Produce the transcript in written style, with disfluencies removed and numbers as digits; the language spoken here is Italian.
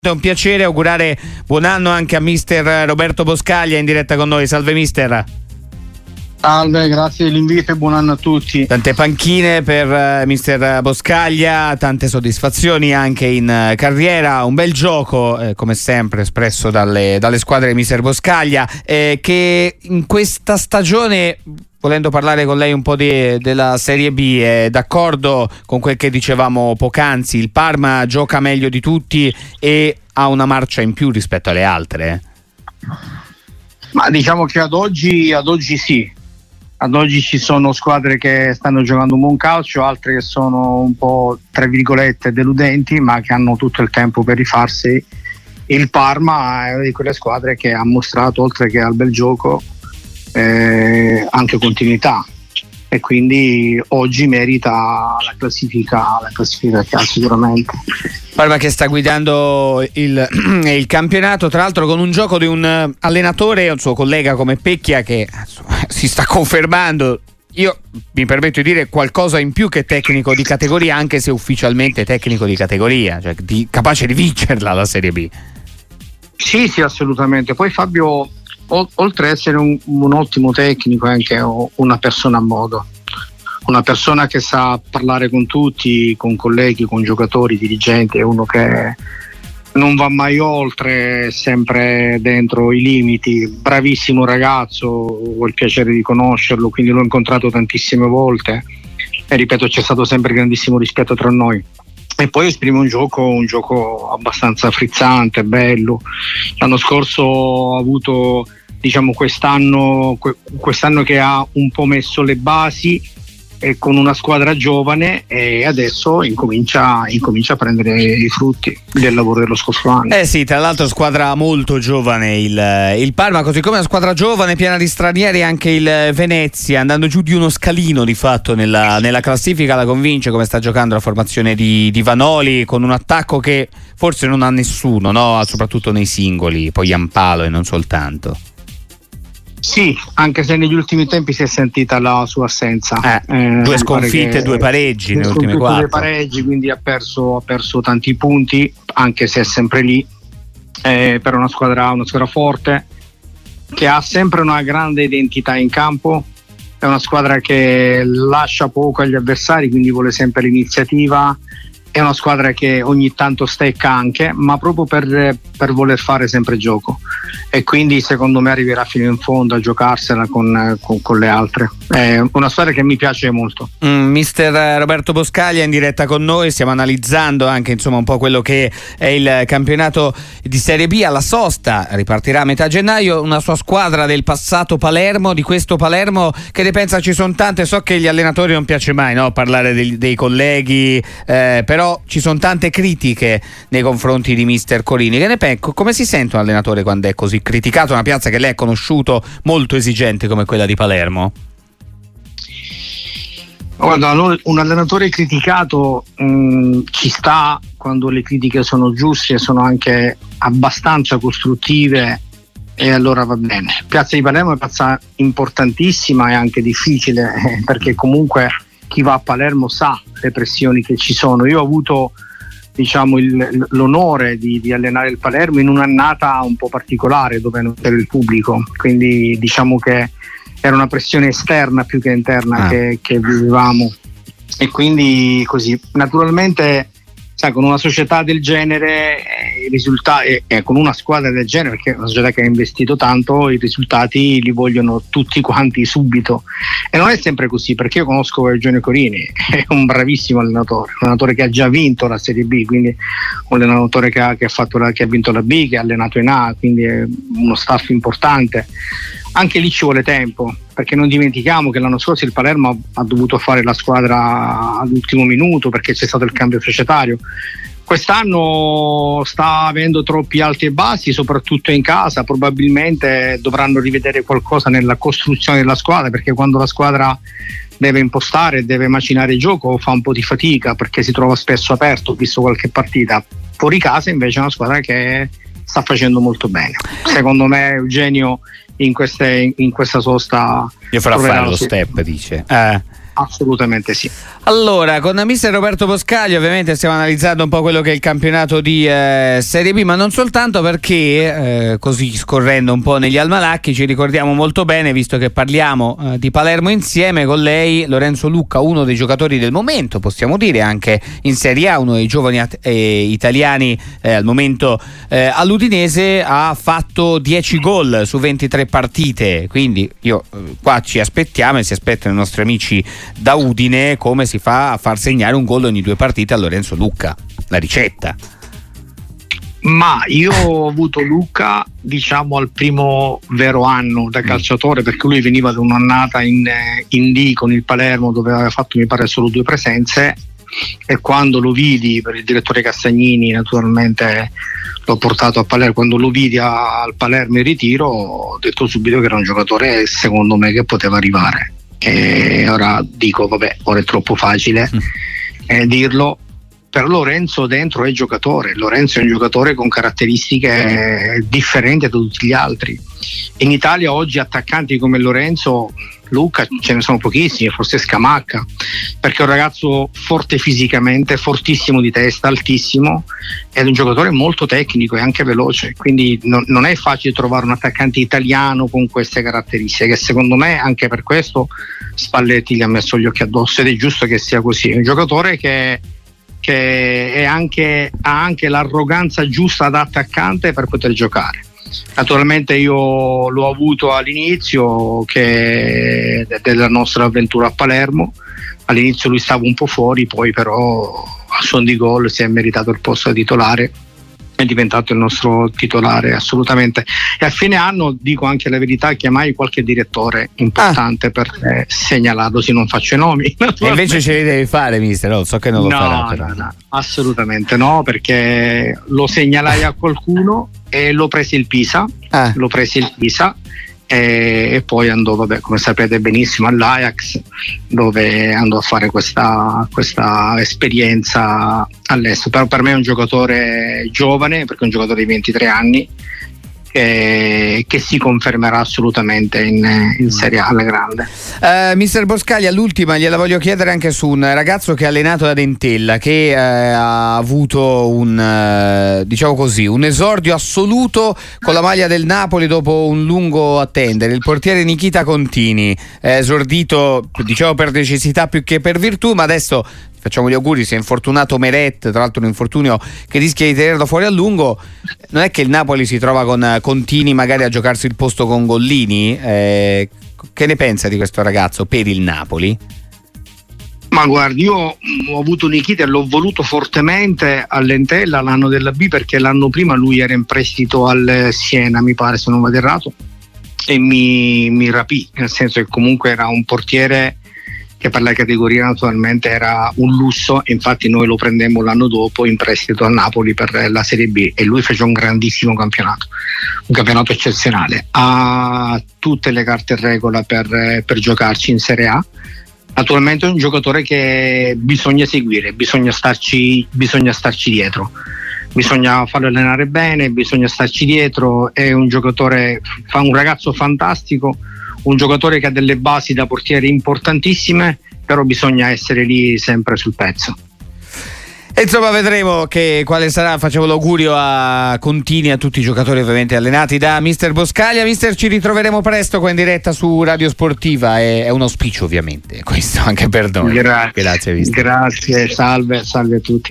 È un piacere augurare buon anno anche a mister Roberto Boscaglia in diretta con noi. Salve mister. Salve, grazie dell'invito e buon anno a tutti. Tante panchine per mister Boscaglia, tante soddisfazioni anche in carriera, un bel gioco come sempre espresso dalle squadre di mister Boscaglia che in questa stagione, volendo parlare con lei un po' della Serie B, è d'accordo con quel che dicevamo poc'anzi, il Parma gioca meglio di tutti e ha una marcia in più rispetto alle altre? Ma diciamo che ad oggi sì. Ad oggi ci sono squadre che stanno giocando un buon calcio, altre che sono un po' tra virgolette deludenti, ma che hanno tutto il tempo per rifarsi. Il Parma è una di quelle squadre che ha mostrato, oltre che al bel gioco, anche continuità, e quindi oggi merita la classifica che ha sicuramente. Parma che sta guidando il campionato, tra l'altro con un gioco di un allenatore, un suo collega come Pecchia, che si sta confermando, io mi permetto di dire, qualcosa in più che tecnico di categoria, anche se ufficialmente tecnico di categoria, cioè capace di vincerla la Serie B. Sì, assolutamente. Poi Fabio, oltre ad essere un ottimo tecnico, è anche una persona a modo, una persona che sa parlare con tutti, con colleghi, con giocatori, dirigenti, è uno che non va mai oltre, sempre dentro i limiti. Bravissimo ragazzo, ho il piacere di conoscerlo, quindi l'ho incontrato tantissime volte e ripeto, c'è stato sempre grandissimo rispetto tra noi. E poi esprime un gioco abbastanza frizzante, bello. L'anno scorso ho avuto, diciamo, quest'anno che ha un po' messo le basi e con una squadra giovane, e adesso incomincia a prendere i frutti del lavoro dello scorso anno. Sì, tra l'altro squadra molto giovane il Parma, così come una squadra giovane piena di stranieri anche il Venezia, andando giù di uno scalino di fatto nella classifica. La convince come sta giocando la formazione di Vanoli, con un attacco che forse non ha nessuno, no? Soprattutto nei singoli, poi Giampalo e non soltanto. Sì, anche se negli ultimi tempi si è sentita la sua assenza. Due sconfitte, due pareggi nelle ultime 4. Due pareggi, quindi ha perso tanti punti, anche se è sempre lì. Per una squadra forte, che ha sempre una grande identità in campo. È una squadra che lascia poco agli avversari, quindi vuole sempre l'iniziativa. È una squadra che ogni tanto stecca anche, ma proprio per voler fare sempre gioco, e quindi secondo me arriverà fino in fondo a giocarsela con le altre. È una squadra che mi piace molto. Mister Roberto Boscaglia in diretta con noi, stiamo analizzando anche un po' quello che è il campionato di Serie B. Alla sosta ripartirà a metà gennaio una sua squadra del passato, Palermo. Di questo Palermo che ne pensa? Ci sono tante, so che agli allenatori non piace mai, no, parlare dei colleghi, però ci sono tante critiche nei confronti di mister Corini. Che ne pensa? Come si sente un allenatore quando è così criticato, una piazza che lei ha conosciuto molto esigente come quella di Palermo? Guarda, un allenatore criticato ci sta quando le critiche sono giuste e sono anche abbastanza costruttive, e allora va bene. Piazza di Palermo è una piazza importantissima e anche difficile, perché comunque chi va a Palermo sa le pressioni che ci sono. Io ho avuto, diciamo, l'onore di allenare il Palermo in un'annata un po' particolare dove non c'era il pubblico, quindi diciamo che era una pressione esterna più che interna che vivevamo, e quindi così. Naturalmente, sai, con una società del genere i risultati, e con una squadra del genere, perché è una società che ha investito tanto, i risultati li vogliono tutti quanti subito, e non è sempre così, perché io conosco Eugenio Corini, è un bravissimo allenatore, un allenatore che ha già vinto la Serie B, quindi un allenatore che ha vinto la B, che ha allenato in A, quindi è uno staff importante. Anche lì ci vuole tempo, perché non dimentichiamo che l'anno scorso il Palermo ha dovuto fare la squadra all'ultimo minuto perché c'è stato il cambio societario. Quest'anno sta avendo troppi alti e bassi, soprattutto in casa. Probabilmente dovranno rivedere qualcosa nella costruzione della squadra, perché quando la squadra deve impostare, deve macinare il gioco, fa un po' di fatica perché si trova spesso aperto. Ho visto qualche partita. Fuori casa invece è una squadra che sta facendo molto bene. Secondo me Eugenio in questa sosta io farò fare lo step, dice. Assolutamente sì. Allora, con mister Roberto Boscaglia ovviamente stiamo analizzando un po' quello che è il campionato di Serie B, ma non soltanto, perché così scorrendo un po' negli almanacchi ci ricordiamo molto bene, visto che parliamo di Palermo insieme con lei, Lorenzo Lucca, uno dei giocatori del momento, possiamo dire, anche in Serie A, uno dei giovani italiani al momento all'Udinese, ha fatto 10 gol su 23 partite, quindi io qua ci aspettiamo e si aspettano i nostri amici da Udine come si fa a far segnare un gol ogni 2 partite a Lorenzo Lucca, la ricetta. Ma io ho avuto Lucca, diciamo, al primo vero anno da calciatore, perché lui veniva da un'annata in D con il Palermo, dove aveva fatto, mi pare, solo 2 presenze, e quando lo vidi per il direttore Castagnini, naturalmente l'ho portato a Palermo. Quando lo vidi al Palermo in ritiro, ho detto subito che era un giocatore, secondo me, che poteva arrivare. E ora dico, vabbè, ora è troppo facile dirlo. Per Lorenzo dentro è giocatore. Lorenzo è un giocatore con caratteristiche differenti da tutti gli altri. In Italia oggi attaccanti come Lorenzo Lucca ce ne sono pochissimi, forse Scamacca, perché è un ragazzo forte fisicamente, fortissimo di testa, altissimo, ed è un giocatore molto tecnico e anche veloce, quindi non è facile trovare un attaccante italiano con queste caratteristiche, che secondo me anche per questo Spalletti gli ha messo gli occhi addosso, ed è giusto che sia così. È un giocatore che ha anche l'arroganza giusta da attaccante per poter giocare. Naturalmente io l'ho avuto all'inizio della nostra avventura a Palermo. All'inizio lui stava un po' fuori, poi però a suon di gol si è meritato il posto da titolare, è diventato il nostro titolare assolutamente. E a fine anno, dico anche la verità, chiamai qualche direttore importante per segnalarlo, se non faccio i nomi. E invece ce li devi fare, mister? No, so che non lo farà però. No, assolutamente no, perché lo segnalai a qualcuno e lo prese il Pisa. E poi andò, vabbè, come sapete benissimo, all'Ajax, dove andò a fare questa esperienza all'estero. Però per me è un giocatore giovane, perché è un giocatore di 23 anni che si confermerà assolutamente in Serie A alla grande. Mister Boscaglia, l'ultima gliela voglio chiedere anche su un ragazzo che ha allenato ad Entella, che ha avuto un esordio assoluto con la maglia del Napoli dopo un lungo attendere, il portiere Nikita Contini, esordito diciamo per necessità più che per virtù, ma adesso facciamo gli auguri, si è infortunato Meret, tra l'altro un infortunio che rischia di tenerlo fuori a lungo. Non è che il Napoli si trova con Contini magari a giocarsi il posto con Gollini? Che ne pensa di questo ragazzo per il Napoli? Ma guardi, io ho avuto Nikita e l'ho voluto fortemente all'Entella l'anno della B, perché l'anno prima lui era in prestito al Siena, mi pare, se non vado errato, e mi rapì, nel senso che comunque era un portiere che per la categoria naturalmente era un lusso. Infatti noi lo prendemmo l'anno dopo in prestito al Napoli per la Serie B, e lui fece un grandissimo campionato, un campionato eccezionale, ha tutte le carte in regola per giocarci in Serie A. Naturalmente è un giocatore che bisogna seguire, bisogna starci dietro, bisogna farlo allenare bene, bisogna starci dietro. È un giocatore, un ragazzo fantastico, un giocatore che ha delle basi da portiere importantissime, però bisogna essere lì sempre sul pezzo. E insomma vedremo quale sarà. Facevo l'augurio a Contini, a tutti i giocatori ovviamente allenati da mister Boscaglia. Mister, ci ritroveremo presto qua in diretta su Radio Sportiva, è un auspicio ovviamente questo anche per noi. Grazie mister. Grazie, salve a tutti.